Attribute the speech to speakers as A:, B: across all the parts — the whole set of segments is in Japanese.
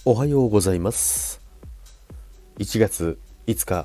A: おはようございます。1月5日、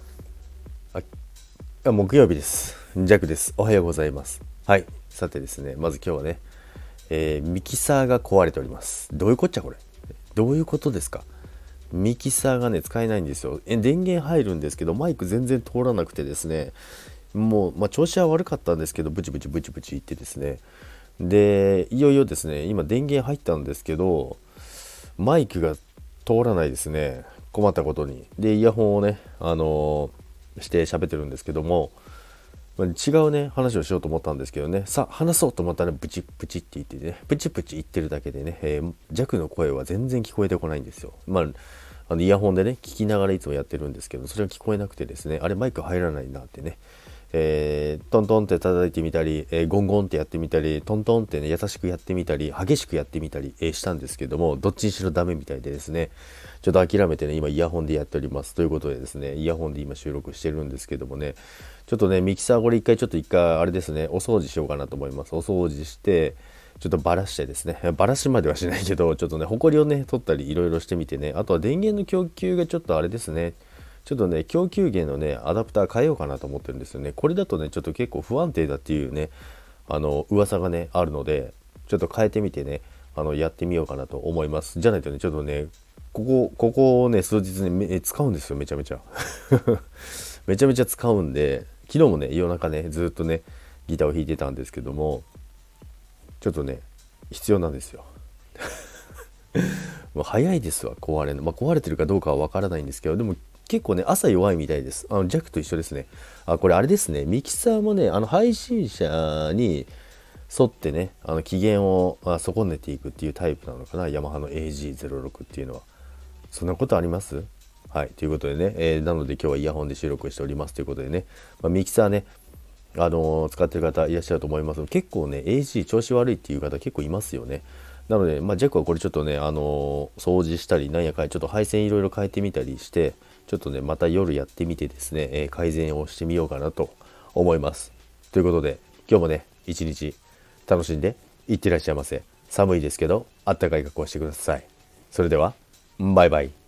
A: 木曜日です。ジャックです。おはようございます。はい。さてですね、まず今日はね、ミキサーが壊れております。どういうこっちゃこれ。どういうことですか。ミキサーがね、使えないんですよ。電源入るんですけど、マイク全然通らなくてですね、もう、調子は悪かったんですけど、ブチブチブチブチ言ってですね、で、いよいよですね、今電源入ったんですけど、マイクが通らないですね。困ったことに。で、イヤホンをね、して喋ってるんですけども、違うね、話をしようと思ったんですけどね、さあ、話そうと思ったらブチプチって言ってね、プチプチ言ってるだけでね、弱の声は全然聞こえてこないんですよ。イヤホンでね、聞きながらいつもやってるんですけど、それが聞こえなくてですね、あれマイク入らないなってね、トントンって叩いてみたり、ゴンゴンってやってみたり、トントンってね優しくやってみたり、激しくやってみたり、したんですけども、どっちにしろダメみたいでですね、ちょっと諦めてね今イヤホンでやっております。ということでですね、イヤホンで今収録してるんですけどもね、ちょっとねミキサーこれ一回あれですね、お掃除しようかなと思います。お掃除してちょっとバラしてですね、バラしまではしないけど、ちょっとねホコリをね取ったりいろいろしてみてね、あとは電源の供給がちょっとあれですね、ちょっとね供給源のねアダプター変えようかなと思ってるんですよね。これだとねちょっと結構不安定だっていうね噂がねあるので、ちょっと変えてみてねやってみようかなと思います。じゃないとねちょっとねここをね数日ね使うんですよ、めちゃめちゃめちゃめちゃ使うんで、昨日もね夜中ねずっとねギターを弾いてたんですけども、ちょっとね必要なんですよ。もう早いですわ、壊れるの。壊れてるかどうかはわからないんですけど、でも結構ね、朝弱いみたいです。ジャックと一緒ですね。これあれですね、ミキサーもね、配信者に沿ってね、機嫌を損ねていくっていうタイプなのかな、ヤマハの AG06 っていうのは。そんなことあります？はい、ということでね、なので今日はイヤホンで収録しておりますということでね、ミキサーね、使ってる方いらっしゃると思います。結構ね AC 調子悪いっていう方結構いますよね。なので、ジャックはこれちょっとね、掃除したりなんやかんやちょっと配線いろいろ変えてみたりしてちょっとねまた夜やってみてですね、改善をしてみようかなと思います。ということで今日もね一日楽しんでいってらっしゃいませ。寒いですけどあったかい格好をしてください。それではバイバイ。